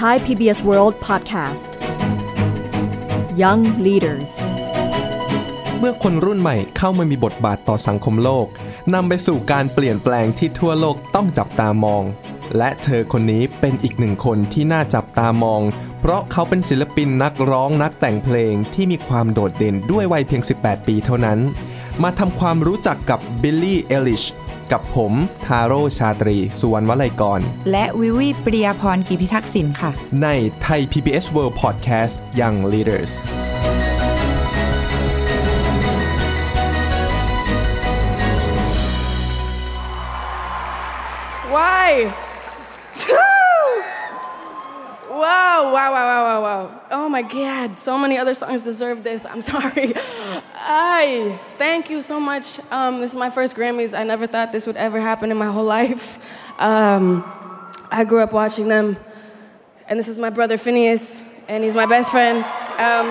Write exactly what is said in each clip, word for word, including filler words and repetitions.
Thai พี บี เอส World Podcast Young Leaders เมื่อคนรุ่นใหม่เข้ามามีบทบาทต่อสังคมโลกนำไปสู่การเปลี่ยนแปลงที่ทั่วโลกต้องจับตามองและเธอคนนี้เป็นอีกหนึ่งคนที่น่าจับตามองเพราะเขาเป็นศิลปินนักร้องนักแต่งเพลงที่มีความโดดเด่นด้วยวัยเพียงสิบแปดปีเท่านั้นมาทำความรู้จักกับบิลลี่ เอลิชกับผมทาโร่ชาตรีสุวรรณวลัยกรและวิวีปริยาพรกิจพิทักษ์สินค่ะในไทย พี บี เอส World Podcast Young Leaders Why? Wow, wow, wow, wow, wow, wow. Oh my God, so many other songs deserve this. I'm sorry. I thank you so much. Um, this is my first Grammys. I never thought this would ever happen in my whole life. Um, I grew up watching them, and this is my brother Phineas, and he's my best friend. Um,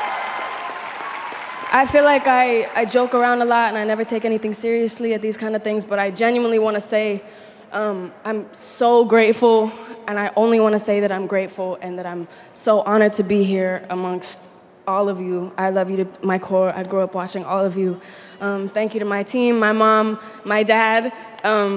I feel like I, I joke around a lot, and I never take anything seriously at these kind of things, but I genuinely want to say Um, I'm so grateful, and I only want to say that I'm grateful and that I'm so honored to be here amongst all of you. I love you to my core. I grew up watching all of you. Um, thank you to my team, my mom, my dad, um,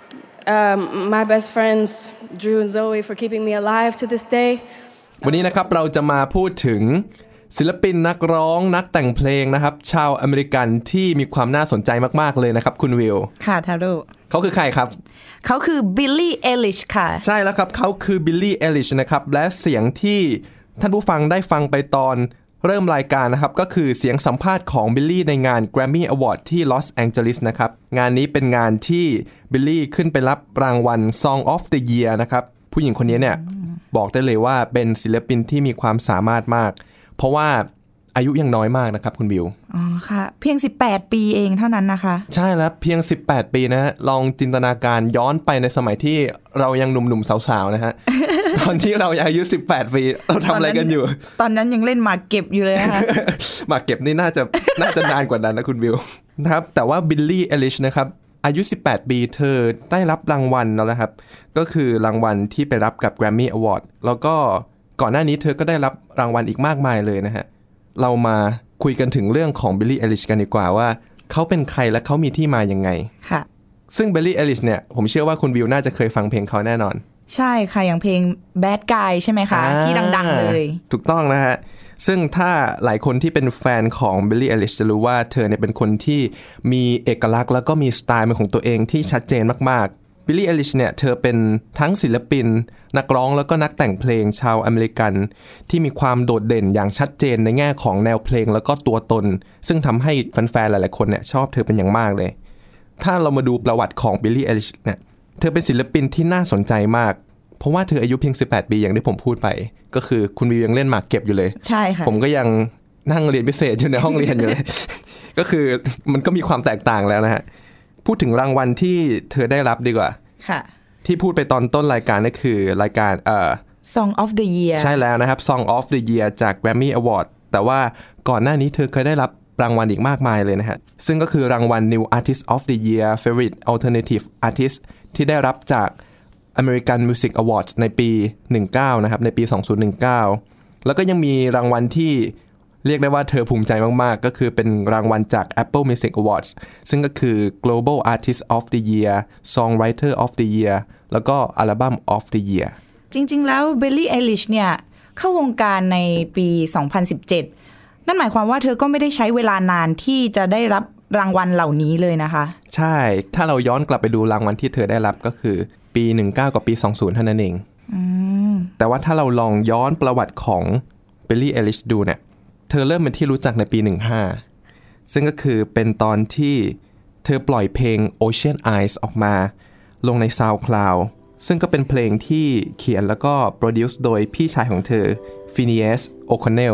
um, my best friends, Drew and Zoe, for keeping me alive to this day. วันนี้นะครับเราจะมาพูดถึงศิลปินนักร้องนักแต่งเพลงนะครับชาวอเมริกันที่มีความน่าสนใจมากๆเลยนะครับคุณวิวค่ะทาโร่เขาคือใครครับเขาคือบิลลี่ เอลิชค่ะใช่แล้วครับเขาคือบิลลี่ เอลิชนะครับและเสียงที่ท่านผู้ฟังได้ฟังไปตอนเริ่มรายการนะครับก็คือเสียงสัมภาษณ์ของบิลลี่ในงาน Grammy Award ที่ลอสแองเจลิสนะครับงานนี้เป็นงานที่บิลลี่ขึ้นไปรับรางวัล Song of the Year นะครับผู้หญิงคนนี้เนี่ยบอกได้เลยว่าเป็นศิลปินที่มีความสามารถมากเพราะว่าอายุยังน้อยมากนะครับคุณบิวอ๋อค่ะเพียงสิบแปดปีเองเท่านั้นนะคะใช่แล้วเพียงสิบแปดปีนะลองจินตนาการย้อนไปในสมัยที่เรายังหนุ่มๆสาวๆนะฮะ ตอนที่เราอายุสิบแปดปีเราทำอะไรกันอยู่ตอนนั้นยังเล่นหมากเก็บอยู่เลยนะคะหมากเก็บนี่น่าจะน่าจะนานกว่านั้นนะคุณบิวนะครับแต่ว่าบิลลี่ เอลิชนะครับอายุสิบแปดปีเธอได้รับรางวัลแล้วนะครับก็คือรางวัลที่ไปรับกับ Grammy Award แล้วก็ก่อนหน้านี้เธอก็ได้รับรางวัลอีกมากมายเลยนะฮะเรามาคุยกันถึงเรื่องของบิลลี่ เอลิชกันดีกว่าว่าเขาเป็นใครและเขามีที่มายังไงค่ะซึ่งบิลลี่ เอลิชเนี่ยผมเชื่อว่าคุณวิวน่าจะเคยฟังเพลงเขาแน่นอนใช่ค่ะอย่างเพลง Bad Guy ใช่ไหมคะที่ดังๆเลยถูกต้องนะฮะซึ่งถ้าหลายคนที่เป็นแฟนของบิลลี่ เอลิชจะรู้ว่าเธอเนี่ยเป็นคนที่มีเอกลักษณ์แล้วก็มีสไตล์เป็นของตัวเองที่ชัดเจนมากๆบิลลี่ เอลิชเนี่ยเธอเป็นทั้งศิลปินนักร้องแล้วก็นักแต่งเพลงชาวอเมริกันที่มีความโดดเด่นอย่างชัดเจนในแง่ของแนวเพลงแล้วก็ตัวตนซึ่งทำให้แฟนๆหลายๆคนเนี่ยชอบเธอเป็นอย่างมากเลยถ้าเรามาดูประวัติของบิลลี่ เอลิชเนี่ยเธอเป็นศิลปินที่น่าสนใจมากเพราะว่าเธออายุเพียงสิบแปดปีอย่างที่ผมพูดไปก็คือคุณวิวยังเล่นหมากเก็บอยู่เลยใช่ค่ะผมก็ยังนั่งเรียนพิเศษอยู่ในห้องเรียนอยู่เลย ก็คือมันก็มีความแตกต่างแล้วนะฮะพูดถึงรางวัลที่เธอได้รับดีกว่าค่ะที่พูดไปตอนต้นรายการนั่นคือรายการเอ่อ Song of the Year ใช่แล้วนะครับ Song of the Year จาก Grammy Award แต่ว่าก่อนหน้านี้เธอเคยได้รับรางวัลอีกมากมายเลยนะฮะซึ่งก็คือรางวัล New Artist of the Year Favorite Alternative Artist ที่ได้รับจาก American Music Awards ในปีสิบเก้านะครับในปีสองพันสิบเก้าแล้วก็ยังมีรางวัลที่เรียกได้ว่าเธอภูมิใจมากๆก็คือเป็นรางวัลจาก Apple Music Awards ซึ่งก็คือ Global Artist of the Year Songwriter of the Year แล้วก็ Album of the Year จริงๆแล้วบิลลี่ เอลิชเนี่ยเข้าวงการในปีสองพันสิบเจ็ดนั่นหมายความว่าเธอก็ไม่ได้ใช้เวลานานที่จะได้รับรางวัลเหล่านี้เลยนะคะใช่ถ้าเราย้อนกลับไปดูรางวัลที่เธอได้รับก็คือปีสิบเก้ากับปีสองสิบเท่านั้นเองแต่ว่าถ้าเราลองย้อนประวัติของบิลลี่ เอลิชดูเนี่ยเธอเริ่มเป็นที่รู้จักในปีสิบห้าซึ่งก็คือเป็นตอนที่เธอปล่อยเพลง Ocean Eyes ออกมาลงใน SoundCloud ซึ่งก็เป็นเพลงที่เขียนแล้วก็โปรดิวซ์โดยพี่ชายของเธอ Phineas O'Connell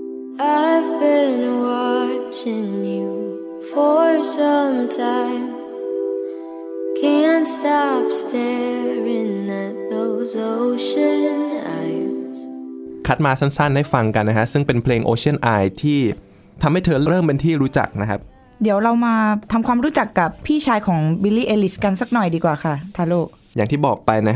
I've been watching you for some time Can't stop staring at those ocean eyes คัดมาสั้นๆให้ฟังกันนะฮะซึ่งเป็นเพลง Ocean Eye ที่ทำให้เธอเริ่มเป็นที่รู้จักนะครับเดี๋ยวเรามาทำความรู้จักกับพี่ชายของบิลลี่ เอลิชกันสักหน่อยดีกว่าค่ะทาโร่อย่างที่บอกไปนะฮะ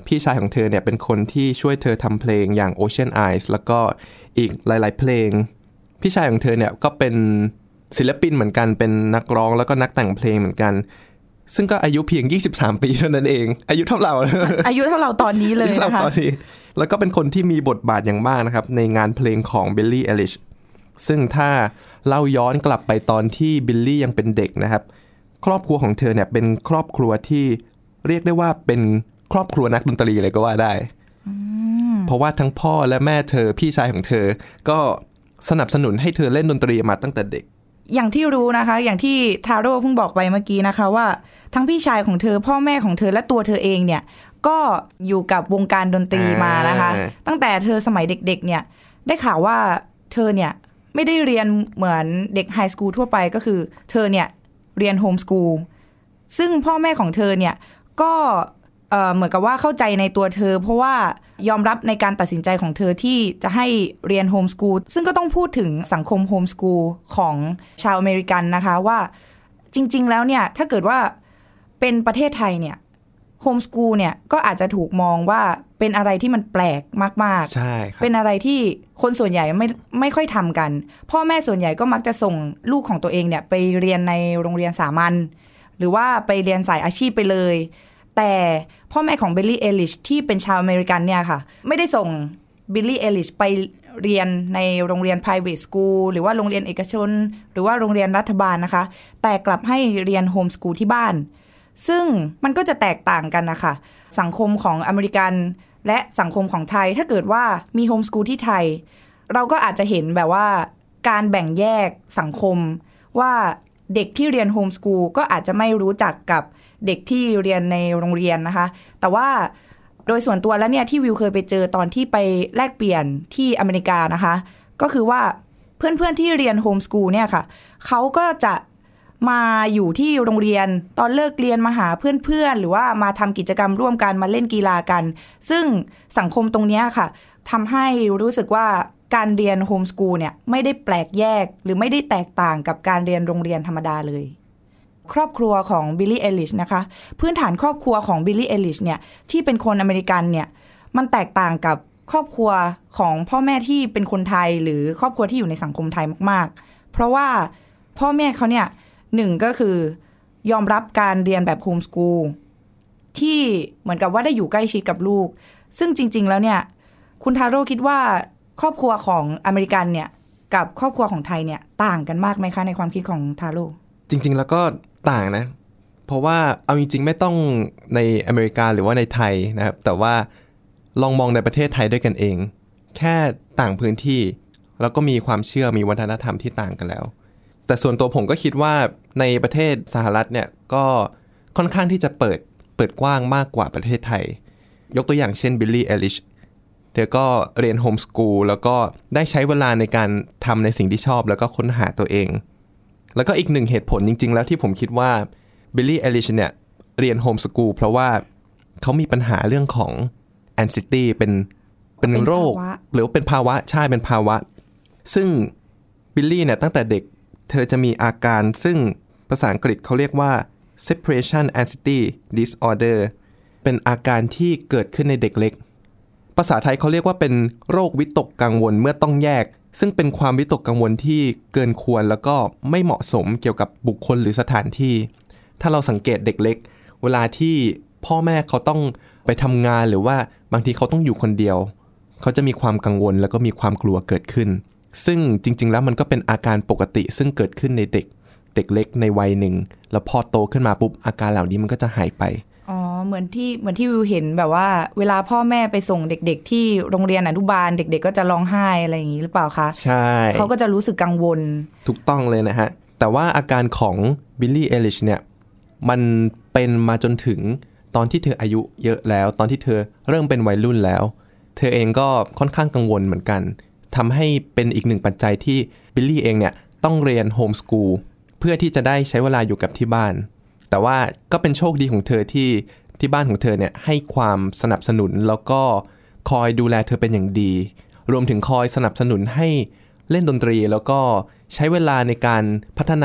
พี่ชายของเธอเนี่ยเป็นคนที่ช่วยเธอทำเพลงอย่าง Ocean Eyes แล้วก็อีกหลายๆเพลงพี่ชายของเธอเนี่ยก็เป็นศิลปินเหมือนกันเป็นนักร้องแล้วก็นักแต่งเพลงเหมือนกันซึ่งก็อายุเพียงยี่สิบสามปีเท่านั้นเองอายุเท่าเราอายุเท่าเราตอนนี้เลยนะคะตอนนี้แล้วก็เป็นคนที่มีบทบาทอย่างมากนะครับในงานเพลงของ Billie Eilish ซึ่งถ้าเล่าย้อนกลับไปตอนที่บิลลี่ยังเป็นเด็กนะครับครอบครัวของเธอเนี่ยเป็นครอบครัวที่เรียกได้ว่าเป็นครอบครัวนักดนตรีเลยก็ว่าได้เพราะว่าทั้งพ่อและแม่เธอพี่ชายของเธอก็สนับสนุนให้เธอเล่นดนตรีมาตั้งแต่เด็กอย่างที่รู้นะคะอย่างที่ทาโร่เพิ่งบอกไปเมื่อกี้นะคะว่าทั้งพี่ชายของเธอพ่อแม่ของเธอและตัวเธอเองเนี่ยก็อยู่กับวงการดนตรีมานะคะตั้งแต่เธอสมัยเด็กๆเนี่ยได้ข่าวว่าเธอเนี่ยไม่ได้เรียนเหมือนเด็กไฮสคูลทั่วไปก็คือเธอเนี่ยเรียนโฮมสคูลซึ่งพ่อแม่ของเธอเนี่ยก็เอ่อเหมือนกับว่าเข้าใจในตัวเธอเพราะว่ายอมรับในการตัดสินใจของเธอที่จะให้เรียนโฮมสคูลซึ่งก็ต้องพูดถึงสังคมโฮมสคูลของชาวอเมริกันนะคะว่าจริงๆแล้วเนี่ยถ้าเกิดว่าเป็นประเทศไทยเนี่ยโฮมสคูลเนี่ยก็อาจจะถูกมองว่าเป็นอะไรที่มันแปลกมากๆใช่ครับเป็นอะไรที่คนส่วนใหญ่ไม่ไม่ค่อยทำกันพ่อแม่ส่วนใหญ่ก็มักจะส่งลูกของตัวเองเนี่ยไปเรียนในโรงเรียนสามัญหรือว่าไปเรียนสายอาชีพไปเลยแต่พ่อแม่ของ Billie Eilish ที่เป็นชาวอเมริกันเนี่ยค่ะไม่ได้ส่ง Billie Eilish ไปเรียนในโรงเรียน private school หรือว่าโรงเรียนเอกชนหรือว่าโรงเรียนรัฐบาลนะคะแต่กลับให้เรียนโฮมสคูลที่บ้านซึ่งมันก็จะแตกต่างกันนะคะสังคมของอเมริกันและสังคมของไทยถ้าเกิดว่ามีโฮมสคูลที่ไทยเราก็อาจจะเห็นแบบว่าการแบ่งแยกสังคมว่าเด็กที่เรียนโฮมสคูลก็อาจจะไม่รู้จักกับเด็กที่เรียนในโรงเรียนนะคะแต่ว่าโดยส่วนตัวแล้วเนี่ยที่วิวเคยไปเจอตอนที่ไปแลกเปลี่ยนที่อเมริกานะคะก็คือว่าเพื่อนๆที่เรียนโฮมสคูลเนี่ยค่ะเขาก็จะมาอยู่ที่โรงเรียนตอนเลิกเรียนมาหาเพื่อนๆหรือว่ามาทำกิจกรรมร่วมกันมาเล่นกีฬากันซึ่งสังคมตรงนี้ค่ะทำให้รู้สึกว่าการเรียนโฮมสคูลเนี่ยไม่ได้แปลกแยกหรือไม่ได้แตกต่างกับการเรียนโรงเรียนธรรมดาเลยครอบครัวของ Billie Eilish นะคะพื้นฐานครอบครัวของ Billie Eilish เนี่ยที่เป็นคนอเมริกันเนี่ยมันแตกต่างกับครอบครัวของพ่อแม่ที่เป็นคนไทยหรือครอบครัวที่อยู่ในสังคมไทยมากๆเพราะว่าพ่อแม่เขาเนี่ยหนึ่งก็คือยอมรับการเรียนแบบโฮมสคูลที่เหมือนกับว่าได้อยู่ใกล้ชิดกับลูกซึ่งจริงๆแล้วเนี่ยคุณทาโร่คิดว่าครอบครัวของอเมริกันเนี่ยกับครอบครัวของไทยเนี่ยต่างกันมากไหมคะในความคิดของทาโร่จริงๆแล้วก็ต่างนะเพราะว่าเอาจริงๆไม่ต้องในอเมริกาหรือว่าในไทยนะครับแต่ว่าลองมองในประเทศไทยด้วยกันเองแค่ต่างพื้นที่แล้วก็มีความเชื่อมีวัฒนธรรมที่ต่างกันแล้วแต่ส่วนตัวผมก็คิดว่าในประเทศสหรัฐเนี่ยก็ค่อนข้างที่จะเปิดเปิดกว้างมากกว่าประเทศไทยยกตัวอย่างเช่น Billie Eilish เธอก็เรียนโฮมสคูลแล้วก็ได้ใช้เวลาในการทำในสิ่งที่ชอบแล้วก็ค้นหาตัวเองแล้วก็อีกหนึ่งเหตุผลจริงๆแล้วที่ผมคิดว่า Billie Eilish เนี่ยเรียนโฮมสคูลเพราะว่าเขามีปัญหาเรื่องของ anxiety เป็นเป็นโรคหรือเป็นภาวะใช่เป็นภาวะซึ่ง Billie เนี่ยตั้งแต่เด็กเธอจะมีอาการซึ่งภาษาอังกฤษเขาเรียกว่า separation anxiety disorder เป็นอาการที่เกิดขึ้นในเด็กเล็กภาษาไทยเขาเรียกว่าเป็นโรควิตกกังวลเมื่อต้องแยกซึ่งเป็นความวิตกกังวลที่เกินควรแล้วก็ไม่เหมาะสมเกี่ยวกับบุคคลหรือสถานที่ถ้าเราสังเกตเด็กเล็กเวลาที่พ่อแม่เขาต้องไปทำงานหรือว่าบางทีเขาต้องอยู่คนเดียวเขาจะมีความกังวลแล้วก็มีความกลัวเกิดขึ้นซึ่งจริงๆแล้วมันก็เป็นอาการปกติซึ่งเกิดขึ้นในเด็กเด็กเล็กในวัยหนึ่งแล้วพอโตขึ้นมาปุ๊บอาการเหล่านี้มันก็จะหายไปอ๋อเหมือนที่เหมือนที่วิวเห็นแบบว่าเวลาพ่อแม่ไปส่งเด็กๆที่โรงเรียนอนุบาลเด็กๆก็จะร้องไห้อะไรอย่างนี้หรือเปล่าคะใช่เขาก็จะรู้สึกกังวลถูกต้องเลยนะฮะแต่ว่าอาการของ Billie Eilish เนี่ยมันเป็นมาจนถึงตอนที่เธออายุเยอะแล้วตอนที่เธอเริ่มเป็นวัยรุ่นแล้วเธอเองก็ค่อนข้างกังวลเหมือนกันทำให้เป็นอีกหนึ่งปัจจัยที่ Billie เองเนี่ยต้องเรียนโฮมสคูลเพื่อที่จะได้ใช้เวลาอยู่กับที่บ้านแต่ว่าก็เป็นโชคดีของเธอที่ที่บ้านของเธอเนี่ยให้ความสนับสนุนแล้วก็คอยดูแลเธอเป็นอย่างดีรวมถึงคอยสนับสนุนให้เล่นดนตรีแล้วก็ใช้เวลาในการพัฒนา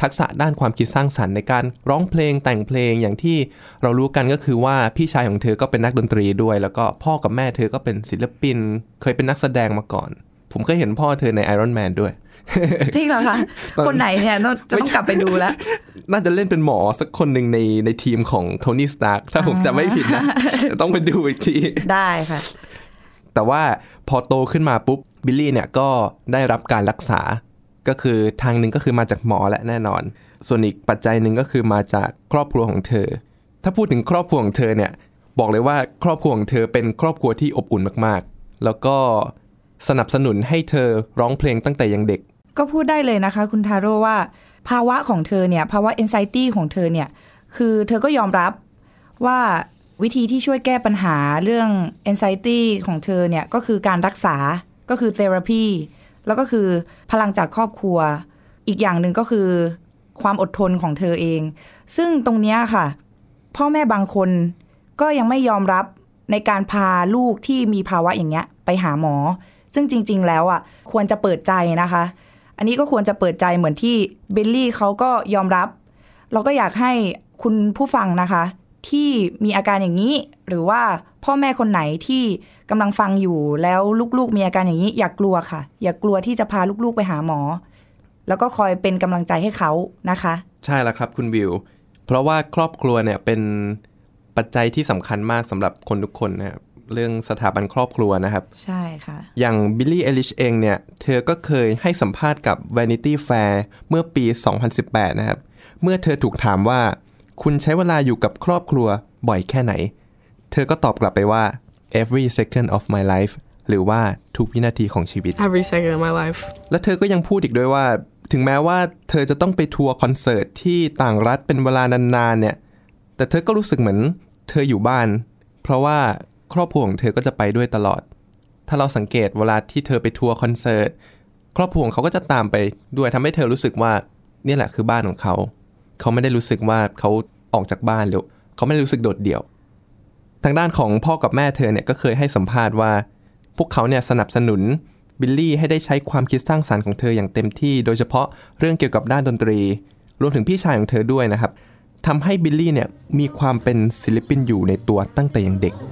ทักษะด้านความคิดสร้างสรรค์ในการร้องเพลงแต่งเพลงอย่างที่เรารู้กันก็คือว่าพี่ชายของเธอก็เป็นนักดนตรีด้วยแล้วก็พ่อกับแม่เธอก็เป็นศิลปินเคยเป็นนักแสดงมาก่อนผมก็เห็นพ่อเธอใน Iron Man ด้วยจริงเหรอคะคนไหนเนี่ยจะต้องกลับไปดูแล้วน่าจะเล่นเป็นหมอสักคนหนึ่งในในทีมของโทนี่สตาร์คถ้าผมจำไม่ผิดนะต้องไปดูอีกทีได้ค่ะแต่ว่าพอโตขึ้นมาปุ๊บบิลลี่เนี่ยก็ได้รับการรักษาก็คือทางนึงก็คือมาจากหมอและแน่นอนส่วนอีกปัจจัยนึงก็คือมาจากครอบครัวของเธอถ้าพูดถึงครอบครัวของเธอเนี่ยบอกเลยว่าครอบครัวของเธอเป็นครอบครัวที่อบอุ่นมากๆแล้วก็สนับสนุนให้เธอร้องเพลงตั้งแต่ยังเด็กก็พูดได้เลยนะคะคุณทาโร่ว่าภาวะของเธอเนี่ยภาวะ anxiety ของเธอเนี่ยคือเธอก็ยอมรับว่าวิธีที่ช่วยแก้ปัญหาเรื่อง anxiety ของเธอเนี่ยก็คือการรักษาก็คือ therapy แล้วก็คือพลังจากครอบครัวอีกอย่างหนึ่งก็คือความอดทนของเธอเองซึ่งตรงนี้ค่ะพ่อแม่บางคนก็ยังไม่ยอมรับในการพาลูกที่มีภาวะอย่างเงี้ยไปหาหมอซึ่งจริงๆแล้วอ่ะควรจะเปิดใจนะคะอันนี้ก็ควรจะเปิดใจเหมือนที่บิลลี่เขาก็ยอมรับเราก็อยากให้คุณผู้ฟังนะคะที่มีอาการอย่างนี้หรือว่าพ่อแม่คนไหนที่กำลังฟังอยู่แล้วลูกๆมีอาการอย่างนี้อย่ากลัวค่ะอย่ากลัวที่จะพาลูกๆไปหาหมอแล้วก็คอยเป็นกำลังใจให้เขานะคะใช่แล้วครับคุณวิวเพราะว่าครอบครัวเนี่ยเป็นปัจจัยที่สำคัญมากสำหรับคนทุกคนนะครับเรื่องสถาบันครอบครัวนะครับใช่ค่ะอย่างบิลลี่ เอลิชเองเนี่ยเธอก็เคยให้สัมภาษณ์กับ Vanity Fair เมื่อปีสองพันสิบแปดนะครับเมื่อเธอถูกถามว่าคุณใช้เวลาอยู่กับครอบครัวบ่อยแค่ไหนเธอก็ตอบกลับไปว่า every second of my life หรือว่าทุกวินาทีของชีวิต every second of my life และเธอก็ยังพูดอีกด้วยว่าถึงแม้ว่าเธอจะต้องไปทัวร์คอนเสิร์ตที่ต่างรัฐเป็นเวลานานๆเนี่ยแต่เธอก็รู้สึกเหมือนเธออยู่บ้านเพราะว่าครอบครัวของเธอก็จะไปด้วยตลอดถ้าเราสังเกตเวลาที่เธอไปทัวร์คอนเสิร์ตครอบครัวของเขาก็จะตามไปด้วยทำให้เธอรู้สึกว่านี่แหละคือบ้านของเขาเขาไม่ได้รู้สึกว่าเขาออกจากบ้านหรือเขาไม่ได้รู้สึกโดดเดี่ยวทางด้านของพ่อกับแม่เธอเนี่ยก็เคยให้สัมภาษณ์ว่าพวกเขาเนี่ยสนับสนุนบิลลี่ให้ได้ใช้ความคิดสร้างสรรค์ของเธออย่างเต็มที่โดยเฉพาะเรื่องเกี่ยวกับด้านดนตรีรวมถึงพี่ชายของเธอด้วยนะครับทำให้บิลลี่เนี่ยมีความเป็นศิลปินอยู่ในตัวตั้งแต่ยังเด็ก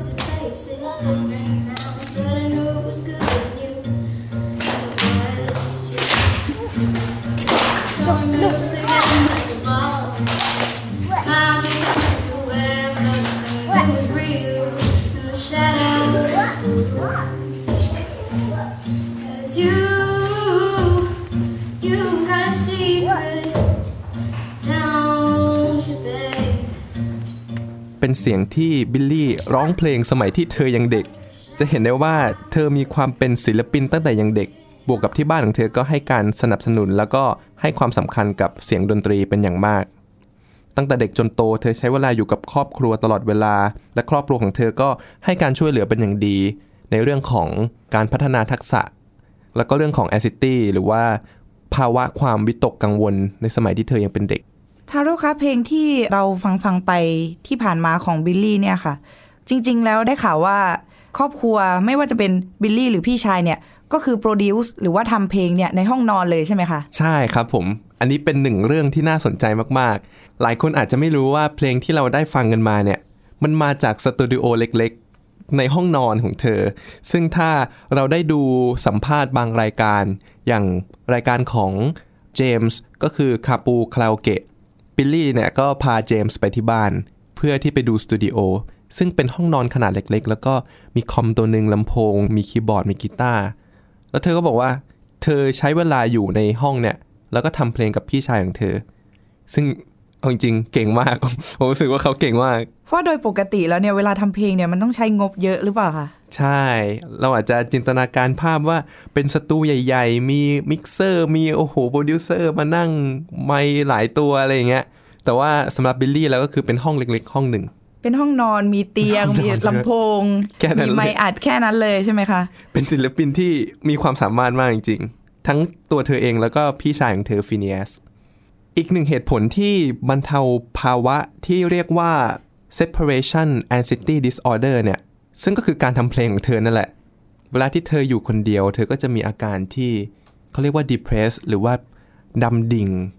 เป็นเสียงที่บิลลี่ร้องเพลงสมัยที่เธอยังเด็กจะเห็นได้ว่าเธอมีความเป็นศิลปินตั้งแต่ยังเด็กบวกกับที่บ้านของเธอก็ให้การสนับสนุนแล้วก็ให้ความสำคัญกับเสียงดนตรีเป็นอย่างมากตั้งแต่เด็กจนโตเธอใช้เวลาอยู่กับครอบครัวตลอดเวลาและครอบครัวของเธอก็ให้การช่วยเหลือเป็นอย่างดีในเรื่องของการพัฒนาทักษะแล้วก็เรื่องของ anxiety หรือว่าภาวะความวิตกกังวลในสมัยที่เธอยังเป็นเด็กทาโร่คะเพลงที่เราฟังฟังไปที่ผ่านมาของบิลลี่เนี่ยค่ะจริงๆแล้วได้ข่าวว่าครอบครัวไม่ว่าจะเป็นบิลลี่หรือพี่ชายเนี่ยก็คือโปรดิวซ์หรือว่าทำเพลงเนี่ยในห้องนอนเลยใช่ไหมคะใช่ครับผมอันนี้เป็นหนึ่งเรื่องที่น่าสนใจมากๆหลายคนอาจจะไม่รู้ว่าเพลงที่เราได้ฟังกันมาเนี่ยมันมาจากสตูดิโอเล็กๆในห้องนอนของเธอซึ่งถ้าเราได้ดูสัมภาษณ์บางรายการอย่างรายการของเจมส์ก็คือคาปูคาราโอเกะบิลลี่เนี่ยก็พาเจมส์ไปที่บ้านเพื่อที่ไปดูสตูดิโอซึ่งเป็นห้องนอนขนาดเล็กๆแล้วก็มีคอมตัวนึงลำโพงมีคีย์บอร์ดมีกีตาร์แล้วเธอก็บอกว่าเธอใช้เวลาอยู่ในห้องเนี่ยแล้วก็ทำเพลงกับพี่ชายของเธอซึ่งเอาจริงๆเก่งมาก ผมรู้สึกว่าเขาเก่งมากเพราะโดยปกติแล้วเนี่ยเวลาทำเพลงเนี่ยมันต้องใช้งบเยอะหรือเปล่าคะใช่เราอาจจะจินตนาการภาพว่าเป็นสตูใหญ่ๆมีมิกเซอร์มีโอ้โหโปรดิวเซอร์มานั่งไมค์หลายตัวอะไรอย่างเงี้ยแต่ว่าสำหรับบิลลี่แล้วก็คือเป็นห้องเล็กๆห้องหนึ่งเป็นห้องนอนมีเตียงมีลำโพงมีไมค์อัดแค่นั้นเลยใช่ไหมคะเป็นศิลปินที่มีความสามารถมากจริงๆทั้งตัวเธอเองแล้วก็พี่ชายของเธอฟิเนียสอีกหนึ่งเหตุผลที่บรรเทาภาวะที่เรียกว่า separation anxiety disorder เนี่ยซึ่งก็คือการทำเพลงของเธอนั่นแหละเวลาที่เธออยู่คนเดียวเธอก็จะมีอาการที่เขาเรียกว่า depressed หรือว่าดำดิ่ง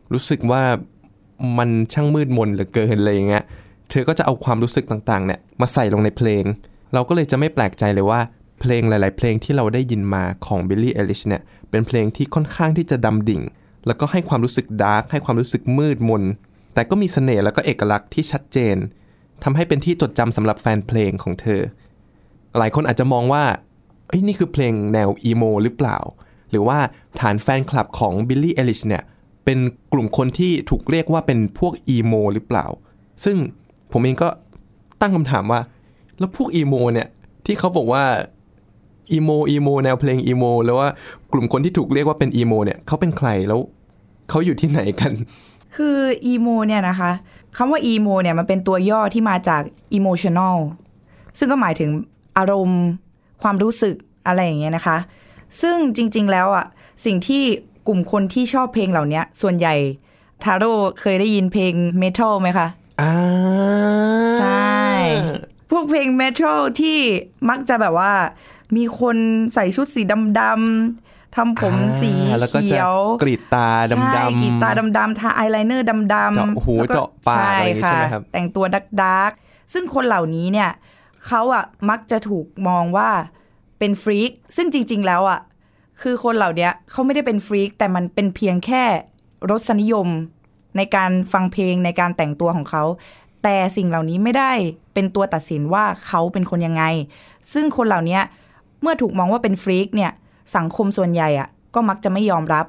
รู้สึกว่ามันช่างมืดมนเหลือเกินอะไรอย่างเงี้ยเธอก็จะเอาความรู้สึกต่างๆเนี่ยมาใส่ลงในเพลงเราก็เลยจะไม่แปลกใจเลยว่าเพลงหลายๆเพลงที่เราได้ยินมาของ Billie Eilish เนี่ยเป็นเพลงที่ค่อนข้างที่จะดำดิ่งแล้วก็ให้ความรู้สึกดาร์กให้ความรู้สึกมืดมนแต่ก็มีเสน่ห์แล้วก็เอกลักษณ์ที่ชัดเจนทำให้เป็นที่จดจำสำหรับแฟนเพลงของเธอหลายคนอาจจะมองว่าเอ้ยนี่คือเพลงแนวอีโมหรือเปล่าหรือว่าฐานแฟนคลับของ Billie Eilish เนี่ยเป็นกลุ่มคนที่ถูกเรียกว่าเป็นพวกอีโมหรือเปล่าซึ่งผมเองก็ตั้งคำถามว่าแล้วพวกอีโมเนี่ยที่เขาบอกว่าอีโมอีโมแนวเพลงอีโมแล้วว่ากลุ่มคนที่ถูกเรียกว่าเป็นอีโมเนี่ยเขาเป็นใครแล้วเขาอยู่ที่ไหนกันคืออีโมเนี่ยนะคะคำว่าอีโมเนี่ยมันเป็นตัวย่อที่มาจาก emotional ซึ่งก็หมายถึงอารมณ์ความรู้สึกอะไรอย่างเงี้ยนะคะซึ่งจริงๆแล้วอ่ะสิ่งที่กลุ่มคนที่ชอบเพลงเหล่านี้ส่วนใหญ่ทาโร่เคยได้ยินเพลงเมทัลไหมคะอ่าใช่พวกเพลงเมทัลที่มักจะแบบว่ามีคนใส่ชุดสีดำๆทำผมสีเขียวกรีดตาดำๆใช่กรีดตาดำๆทาอายไลเนอร์ดำๆเจาะหูเจาะปากอะไรอย่างงี้ใช่ไหมครับแต่งตัวดาร์กๆซึ่งคนเหล่านี้เนี่ยเขาอ่ะมักจะถูกมองว่าเป็นฟรีกซึ่งจริงๆแล้วอ่ะคือคนเหล่านี้เขาไม่ได้เป็นฟรีกแต่มันเป็นเพียงแค่รสนิยมในการฟังเพลงในการแต่งตัวของเขาแต่สิ่งเหล่านี้ไม่ได้เป็นตัวตัดสินว่าเขาเป็นคนยังไงซึ่งคนเหล่านี้เมื่อถูกมองว่าเป็นฟรีกเนี่ยสังคมส่วนใหญ่อ่ะก็มักจะไม่ยอมรับ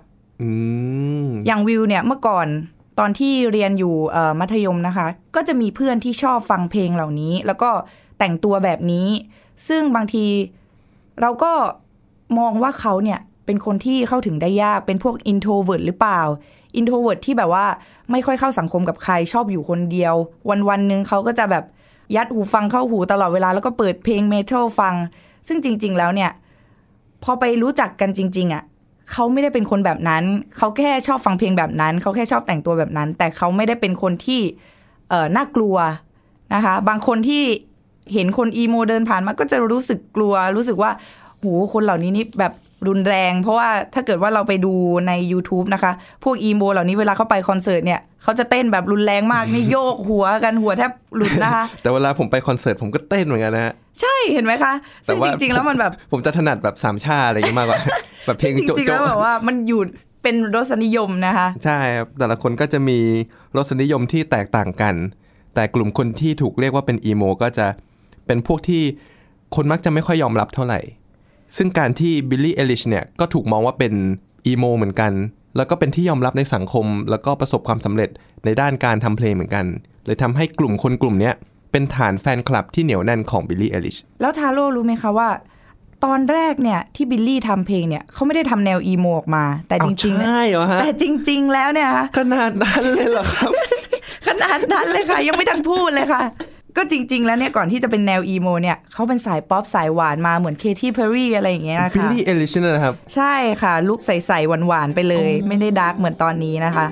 mm. อย่างวิวเนี่ยเมื่อก่อนตอนที่เรียนอยู่มัธยมนะคะก็จะมีเพื่อนที่ชอบฟังเพลงเหล่านี้แล้วก็แต่งตัวแบบนี้ซึ่งบางทีเราก็มองว่าเขาเนี่ยเป็นคนที่เข้าถึงได้ยากเป็นพวก introvert หรือเปล่า introvert ที่แบบว่าไม่ค่อยเข้าสังคมกับใครชอบอยู่คนเดียววันๆนึงเขาก็จะแบบยัดหูฟังเข้าหูตลอดเวลาแล้วก็เปิดเพลงเมทัลฟังซึ่งจริงๆแล้วเนี่ยพอไปรู้จักกันจริงๆอ่ะเขาไม่ได้เป็นคนแบบนั้นเขาแค่ชอบฟังเพลงแบบนั้นเขาแค่ชอบแต่งตัวแบบนั้นแต่เขาไม่ได้เป็นคนที่เอ่อน่ากลัวนะคะบางคนที่เห็นคนอีโมเดินผ่านมาก็จะรู้สึกกลัวรู้สึกว่าโหคนเหล่านี้นี่แบบรุนแรงเพราะว่าถ้าเกิดว่าเราไปดูใน YouTube นะคะพวกอีโมเหล่านี้เวลาเขาไปคอนเสิร์ตเนี่ยเขาจะเต้นแบบรุนแรงมากนี่โยกหัวกันหัวแทบหลุดนะคะแต่เวลาผมไปคอนเสิร์ตผมก็เต้นเหมือนกันนะฮะใช่เห็นไหมคะซึ่งจริงๆแล้วมันแบบผมจะถนัดแบบสามชาอะไรอย่างงี้มากกว่าแบบเพลงโจ๊ะๆจริงๆแล้วแบบว่ามันอยู่เป็นรสนิยมนะคะใช่ครับแต่ละคนก็จะมีรสนิยมที่แตกต่างกันแต่กลุ่มคนที่ถูกเรียกว่าเป็นอีโมก็จะเป็นพวกที่คนมักจะไม่ค่อยยอมรับเท่าไหร่ซึ่งการที่ Billie Eilish เนี่ยก็ถูกมองว่าเป็นอีโมเหมือนกันแล้วก็เป็นที่ยอมรับในสังคมแล้วก็ประสบความสำเร็จในด้านการทำเพลงเหมือนกันเลยทำให้กลุ่มคนกลุ่มนี้เป็นฐานแฟนคลับที่เหนียวแน่นของ Billie Eilish แล้วทาโร่รู้ไหมคะว่าตอนแรกเนี่ยที่บิลลี่ทำเพลงเนี่ยเขาไม่ได้ทำแนวอีโมออกมาแต่จริงๆใช่เหรอฮะแต่จริงๆแล้วเนี่ยขนาดนั้นเลยเหรอครับขนาดนั้นเลยค่ะยังไม่ทันพูดเลยค่ะก็จริงๆแล้วเนี่ยก่อนที่จะเป็นแนวอีโมเนี่ยเขาเป็นสายป๊อปสายหวานมาเหมือนเคที่เพอร์รี่อะไรอย่างเงี้ยนะคะ Billie Eilish นะครับใช่ค่ะลุคใสๆหวานๆไปเลยไม่ได้ดาร์กเหมือนตอนนี้นะคะ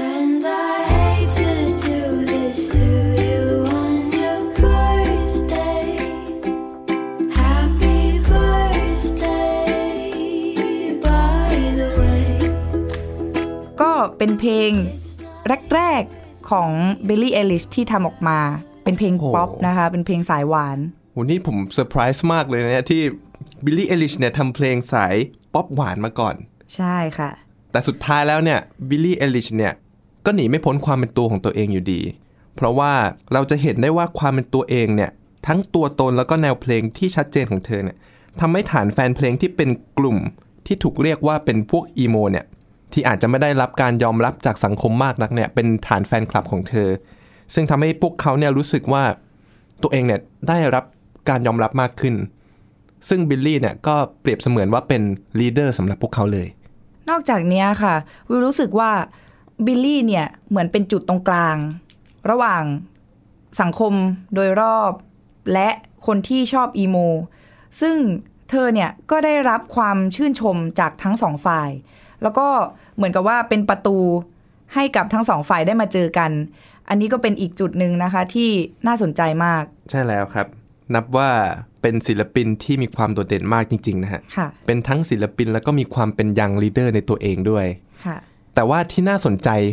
ก็เป็นเพลงแรกๆของ Billie Eilish ที่ทำออกมาเป็นเพลงป๊อปนะคะเป็นเพลงสายหวานโหนี่ผมเซอร์ไพรส์มากเลยนะที่ Billie Eilish เนี่ยทำเพลงสายป๊อปหวานมาก่อนใช่ค่ะแต่สุดท้ายแล้วเนี่ย Billie Eilish เนี่ยก็หนีไม่พ้นความเป็นตัวของตัวเองอยู่ดีเพราะว่าเราจะเห็นได้ว่าความเป็นตัวเองเนี่ยทั้งตัวตนแล้วก็แนวเพลงที่ชัดเจนของเธอเนี่ยทำให้ฐานแฟนเพลงที่เป็นกลุ่มที่ถูกเรียกว่าเป็นพวกอีโมเนี่ยที่อาจจะไม่ได้รับการยอมรับจากสังคมมากนักเนี่ยเป็นฐานแฟนคลับของเธอซึ่งทำให้พวกเขาเนี่ยรู้สึกว่าตัวเองเนี่ยได้รับการยอมรับมากขึ้นซึ่งบิลลี่เนี่ยก็เปรียบเสมือนว่าเป็นลีดเดอร์สำหรับพวกเขาเลยนอกจากนี้ค่ะวิวรู้สึกว่าบิลลี่เนี่ยเหมือนเป็นจุดตรงกลางระหว่างสังคมโดยรอบและคนที่ชอบอีโมซึ่งเธอเนี่ยก็ได้รับความชื่นชมจากทั้งสองฝ่ายแล้วก็เหมือนกับว่าเป็นประตูให้กับทั้งสองฝ่ายได้มาเจอกันอันนี้ก็เป็นอีกจุดหนึ่งนะคะที่น่าสนใจมากใช่แล้วครับนับว่าเป็นศิลปินที่มีความโดดเด่นมากจริงๆนะฮะเป็นทั้งศิลปินแล้วก็มีความเป็นยังลีดเดอร์ในตัวเองด้วยค่ะแต่ว่าที่น่าสนใจ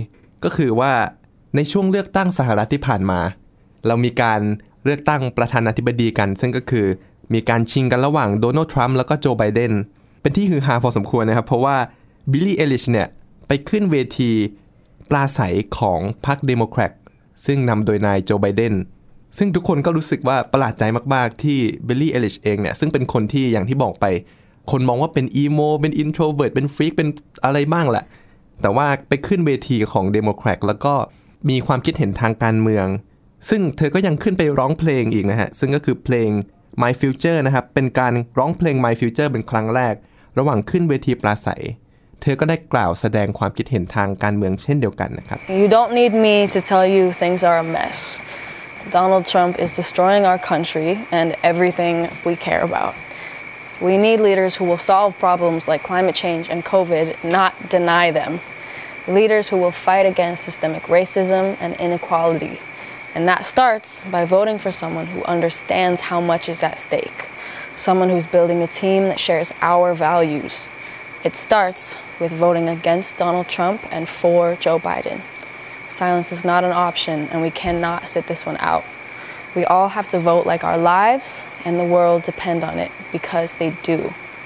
ก็คือว่าในช่วงเลือกตั้งสหรัฐที่ผ่านมาเรามีการเลือกตั้งประธานาธิบดีกันซึ่งก็คือมีการชิงกันระหว่างโดนัลด์ทรัมป์แล้วก็โจไบเดนเป็นที่ฮือฮาพอสมควรนะครับเพราะว่าบิลลี่เอลิชเนี่ยไปขึ้นเวทีปราศัยของพรรคเดโมแครตซึ่งนำโดยนายโจไบเดนซึ่งทุกคนก็รู้สึกว่าประหลาดใจมากๆที่บิลลี่เอลิชเองเนี่ยซึ่งเป็นคนที่อย่างที่บอกไปคนมองว่าเป็นอีโมเป็นอินโทรเวิร์ตเป็นฟรีกเป็นอะไรบ้างแหละแต่ว่าไปขึ้นเวทีของเดโมแครตแล้วก็มีความคิดเห็นทางการเมืองซึ่งเธอก็ยังขึ้นไปร้องเพลงอีกนะฮะซึ่งก็คือเพลง My Future นะครับเป็นการร้องเพลง My Future เป็นครั้งแรกระหว่างขึ้นเวทีปราศัยเธอก็ได้กล่าวแสดงความคิดเห็นทางการเมืองเช่นเดียวกันนะครับ You don't need me to tell you things are a mess. Donald Trump is destroying our country and everything we care about. We need leaders who will solve problems like climate change and COVID, not deny them. Leaders who will fight against systemic racism and inequality. And that starts by voting for someone who understands how much is at stake. Someone who's building a team that shares our values. It starts with voting against Donald Trump and for Joe Biden. Silence is not an option, and we cannot sit this one out. We all have to vote like our lives and the world depend on it, because they do.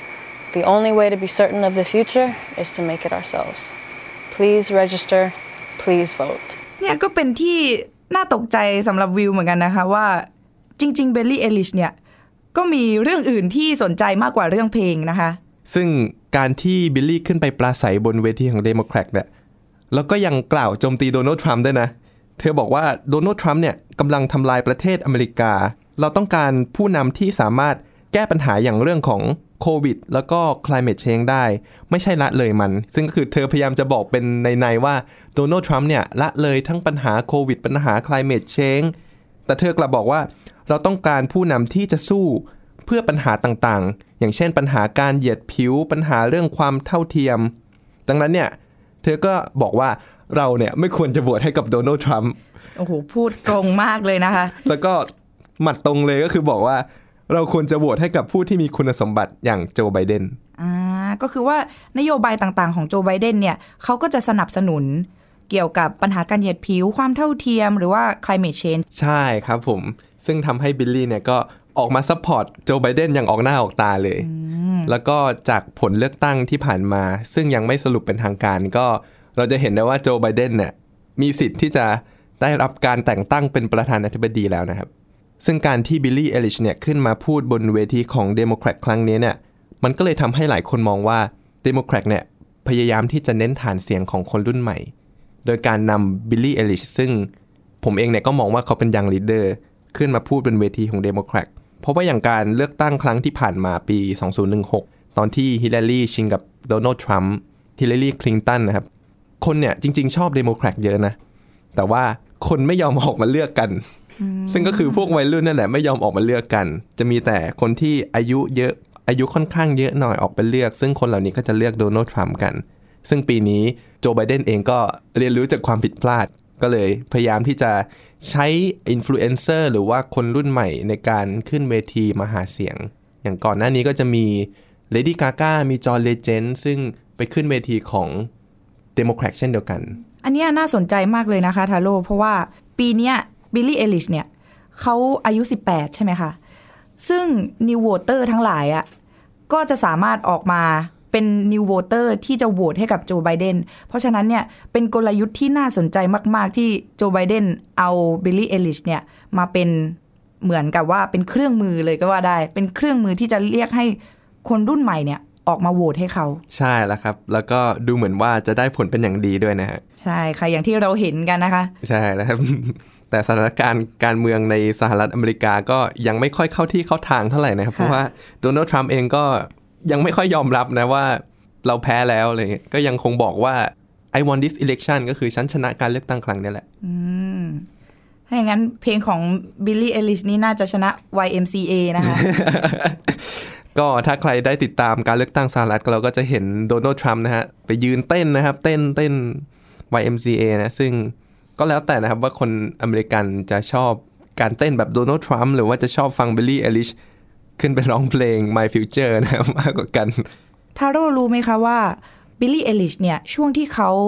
The only way to be certain of the future is to make it ourselves. Please register. Please vote. เนี่ยก็เป็นที่น่าตกใจสำหรับวิวเหมือนกันนะคะว่าจริงๆเบลลี่เอลิชเนี่ยก็มีเรื่องอื่นที่สนใจมากกว่าเรื่องเพลงนะคะซึ่งการที่บิลลี่ขึ้นไปปราศัยบนเวทีของเดโมแครตเนี่ยแล้วก็ยังกล่าวโจมตีโดนัลด์ทรัมป์ด้วยนะเธอบอกว่าโดนัลด์ทรัมป์เนี่ยกำลังทำลายประเทศอเมริกาเราต้องการผู้นำที่สามารถแก้ปัญหาอย่างเรื่องของโควิดแล้วก็ climate change ได้ไม่ใช่ละเลยมันซึ่งก็คือเธอพยายามจะบอกเป็นในๆว่าโดนัลด์ทรัมป์เนี่ยละเลยทั้งปัญหาโควิดปัญหา climate change แต่เธอกลับบอกว่าเราต้องการผู้นำที่จะสู้เพื่อปัญหาต่างๆอย่างเช่นปัญหาการเหยียดผิวปัญหาเรื่องความเท่าเทียมดังนั้นเนี่ยเธอก็บอกว่าเราเนี่ยไม่ควรจะโหวตให้กับโดนัลด์ทรัมป์โอ้โหพูดตรงมากเลยนะคะแล้วก็หมัดตรงเลยก็คือบอกว่าเราควรจะโหวตให้กับผู้ที่มีคุณสมบัติอย่างโจไบเดนอ่าก็คือว่านโยบายต่างๆของโจไบเดนเนี่ยเขาก็จะสนับสนุนเกี่ยวกับปัญหาการเหยียดผิวความเท่าเทียมหรือว่า climate change ใช่ครับผมซึ่งทำให้บิลลี่เนี่ยก็ออกมาซัพพอร์ตโจไบเดนอย่างออกหน้าออกตาเลยแล้วก็จากผลเลือกตั้งที่ผ่านมาซึ่งยังไม่สรุปเป็นทางการก็เราจะเห็นได้ว่าโจไบเดนเนี่ยมีสิทธิ์ที่จะได้รับการแต่งตั้งเป็นประธานาธิบดีแล้วนะครับซึ่งการที่บิลลี่เอลิชเนี่ยขึ้นมาพูดบนเวทีของเดโมแครตครั้งนี้เนี่ยมันก็เลยทำให้หลายคนมองว่าเดโมแครตเนี่ยพยายามที่จะเน้นฐานเสียงของคนรุ่นใหม่โดยการนำบิลลี่เอลิชซึ่งผมเองเนี่ยก็มองว่าเขาเป็นยังลีดเดอร์ขึ้นมาพูดบนเวทีของเดโมแครตเพราะว่าอย่างการเลือกตั้งครั้งที่ผ่านมาปีสองพันสิบหกตอนที่ฮิลลารีชิงกับโดนัลด์ทรัมป์ฮิลลารีคลินตันนะครับคนเนี่ยจริงๆชอบเดโมแครตเยอะนะแต่ว่าคนไม่ยอมออกมาเลือกกันซึ่งก็คือพวกวัยรุ่นนั่นแหละไม่ยอมออกมาเลือกกันจะมีแต่คนที่อายุเยอะอายุค่อนข้างเยอะหน่อยออกไปเลือกซึ่งคนเหล่านี้ก็จะเลือกโดนัลด์ทรัมป์กันซึ่งปีนี้โจไบเดนเองก็เรียนรู้จากความผิดพลาดก็เลยพยายามที่จะใช้อินฟลูเอนเซอร์หรือว่าคนรุ่นใหม่ในการขึ้นเวทีมาหาเสียงอย่างก่อนหน้านี้ก็จะมีเลดี้กาก้ามีจอห์นเลเจนด์ซึ่งไปขึ้นเวทีของเดโมแครตเช่นเดียวกันอันนี้น่าสนใจมากเลยนะคะทาโร่เพราะว่าปีนี้บิลลี่เอลิชเนี่ยเขาอายุสิบแปดใช่ไหมคะซึ่ง New Voter ทั้งหลายอ่ะก็จะสามารถออกมาเป็น New Voter ที่จะโหวตให้กับโจไบเดนเพราะฉะนั้นเนี่ยเป็นกลยุทธ์ที่น่าสนใจมากๆที่โจไบเดนเอาบิลลี่เอลิชเนี่ยมาเป็นเหมือนกับว่าเป็นเครื่องมือเลยก็ว่าได้เป็นเครื่องมือที่จะเรียกให้คนรุ่นใหม่เนี่ยออกมาโหวตให้เขาใช่แล้วครับแล้วก็ดูเหมือนว่าจะได้ผลเป็นอย่างดีด้วยนะฮะใช่ค่ะอย่างที่เราเห็นกันนะคะใช่แล้วครับแต่สถานการณ์การเมืองในสหรัฐอเมริกาก็ยังไม่ค่อยเข้าที่เข้าทางเท่าไหร่นะครับเพราะว่าโดนัลด์ทรัมป์เองก็ยังไม่ค่อยยอมรับนะว่าเราแพ้แล้วอะไรเงี้ยก็ยังคงบอกว่า I won this election ก็คือฉันชนะการเลือกตั้งครั้งนี้แหละอืมถ้าอย่างนั้นเพลงของบิลลี่เอลิชนี่น่าจะชนะ วาย เอ็ม ซี เอ นะคะก็ถ้าใครได้ติดตามการเลือกตั้งสหรัฐเราก็จะเห็นโดนัลด์ทรัมป์นะฮะไปยืนเต้นนะครับเต้นเต้น วาย เอ็ม ซี เอ นะซึ่งก็แล้วแต่นะครับว่าคนอเมริกันจะชอบการเต้นแบบโดนัลด์ทรัมป์หรือว่าจะชอบฟังบิลลี่เอลิชขึ้นไปร้องเพลง My Future นะครับมากกว่ากันทาโร่รู้ไหมคะว่าบิลลี่เอลิชเนี่ยช่วงที่เขา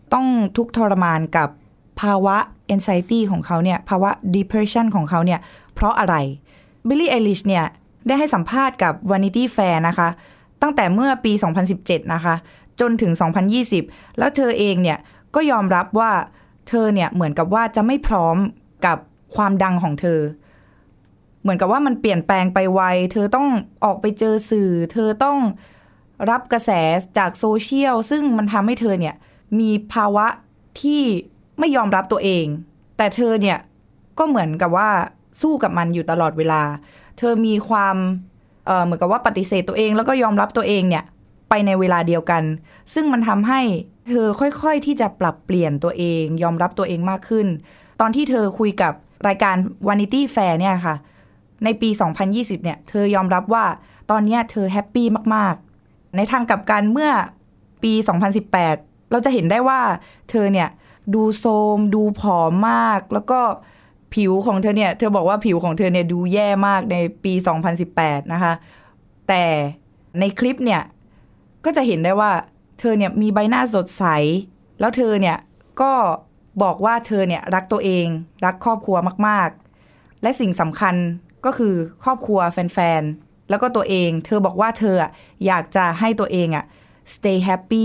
ต้องทุกข์ทรมานกับภาวะ anxiety ของเขาเนี่ยภาวะ depression ของเขาเนี่ยเพราะอะไร Billie Eilish เนี่ยได้ให้สัมภาษณ์กับ Vanity Fair นะคะตั้งแต่เมื่อปีสองพันสิบเจ็ดนะคะจนถึงสองพันยี่สิบแล้วเธอเองเนี่ยก็ยอมรับว่าเธอเนี่ยเหมือนกับว่าจะไม่พร้อมกับความดังของเธอเหมือนกับว่ามันเปลี่ยนแปลงไปไวเธอต้องออกไปเจอสื่อเธอต้องรับกระแสจากโซเชียลซึ่งมันทำให้เธอเนี่ยมีภาวะที่ไม่ยอมรับตัวเองแต่เธอเนี่ยก็เหมือนกับว่าสู้กับมันอยู่ตลอดเวลาเธอมีความเอ่อเหมือนกับว่าปฏิเสธตัวเองแล้วก็ยอมรับตัวเองเนี่ยไปในเวลาเดียวกันซึ่งมันทำให้เธอค่อยๆที่จะปรับเปลี่ยนตัวเองยอมรับตัวเองมากขึ้นตอนที่เธอคุยกับรายการ Vanity Fair เนี่ยค่ะในปีสองพันยี่สิบเนี่ยเธอยอมรับว่าตอนนี้เธอแฮปปี้มากๆในทางกลับกันเมื่อปีสองพันสิบแปดเราจะเห็นได้ว่าเธอเนี่ยดูโทรมดูผอมมากแล้วก็ผิวของเธอเนี่ยเธอบอกว่าผิวของเธอเนี่ยดูแย่มากในปีสองพันสิบแปดนะคะแต่ในคลิปเนี่ยก็จะเห็นได้ว่าเธอเนี่ยมีใบหน้าสดใสแล้วเธอเนี่ยก็บอกว่าเธอเนี่ยรักตัวเองรักครอบครัวมากๆและสิ่งสำคัญก็คือครอบครัวแฟนๆแล้วก็ตัวเองเธอบอกว่าเธออ่ะอยากจะให้ตัวเองอ่ะ stay happy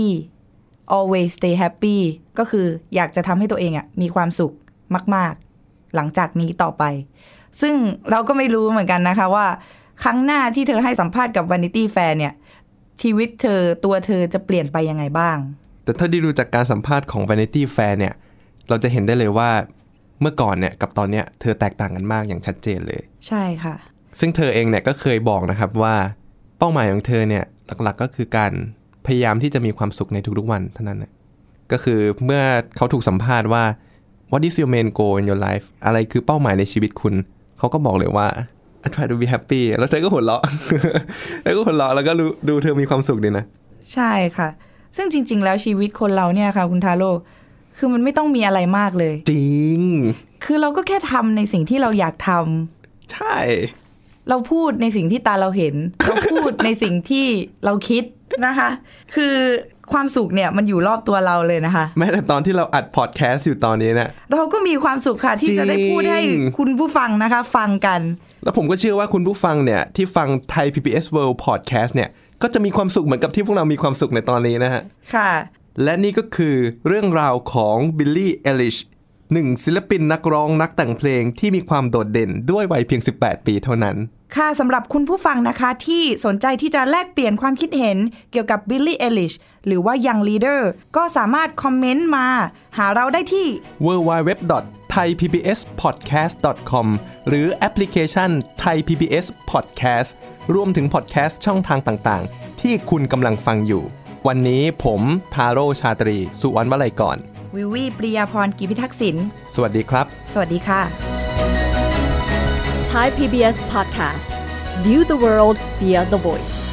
always stay happy ก็คืออยากจะทำให้ตัวเองอ่ะมีความสุขมากๆหลังจากนี้ต่อไปซึ่งเราก็ไม่รู้เหมือนกันนะคะว่าครั้งหน้าที่เธอให้สัมภาษณ์กับ Vanity Fair เนี่ยชีวิตเธอตัวเธอจะเปลี่ยนไปยังไงบ้างแต่ถ้าได้ดูจากการสัมภาษณ์ของ Vanity Fair เนี่ยเราจะเห็นได้เลยว่าเมื่อก่อนเนี่ยกับตอนเนี้ยเธอแตกต่างกันมากอย่างชัดเจนเลยใช่ค่ะซึ่งเธอเองเนี่ยก็เคยบอกนะครับว่าเป้าหมายของเธอเนี่ยหลักๆก็คือการพยายามที่จะมีความสุขในทุกๆวันเท่านั้นนะก็คือเมื่อเขาถูกสัมภาษณ์ว่า What is your main goal in your life อะไรคือเป้าหมายในชีวิตคุณเขาก็บอกเลยว่า I try to be happy แล้วเธอก็หัวเราะ แล้วก็หัวเราะแล้วก็ดูเธอมีความสุขดีนะใช่ค่ะซึ่งจริงๆแล้วชีวิตคนเราเนี่ยค่ะคุณทาโร่คือมันไม่ต้องมีอะไรมากเลยจริงคือเราก็แค่ทำในสิ่งที่เราอยากทำใช่เราพูดในสิ่งที่ตาเราเห็น เราพูดในสิ่งที่เราคิดนะคะคือความสุขเนี่ยมันอยู่รอบตัวเราเลยนะคะแม้แต่ตอนที่เราอัดพอดแคสต์อยู่ตอนนี้เนี่ยเราก็มีความสุขค่ะที่จะได้พูดให้คุณผู้ฟังนะคะฟังกันแล้วผมก็เชื่อว่าคุณผู้ฟังเนี่ยที่ฟัง Thai พี บี เอส World Podcast เนี่ยก็จะมีความสุขเหมือนกับที่พวกเรามีความสุขในตอนนี้นะฮะค่ะและนี่ก็คือเรื่องราวของ Billie Eilish หนึ่งศิลปินนักร้องนักแต่งเพลงที่มีความโดดเด่นด้วยวัยเพียงสิบแปดปีเท่านั้นค่ะสำหรับคุณผู้ฟังนะคะที่สนใจที่จะแลกเปลี่ยนความคิดเห็นเกี่ยวกับ Billie Eilish หรือว่า Young Leader ก็สามารถคอมเมนต์มาหาเราได้ที่ดับเบิลยู ดับเบิลยู ดับเบิลยู ดอท ไทย พี บี เอส พอดแคสต์ ดอท คอม หรือแอปพลิเคชัน Thai พี บี เอส Podcast รวมถึงพอดแคสต์ช่องทางต่างๆที่คุณกำลังฟังอยู่วันนี้ผมทาโร่ชาตรีสุวรรณวลัยก่อนวิววี่ปริยาพรกิจพิทักษ์ศิลป์สวัสดีครับสวัสดีค่ะ Thai พี บี เอส Podcast View the world via the voice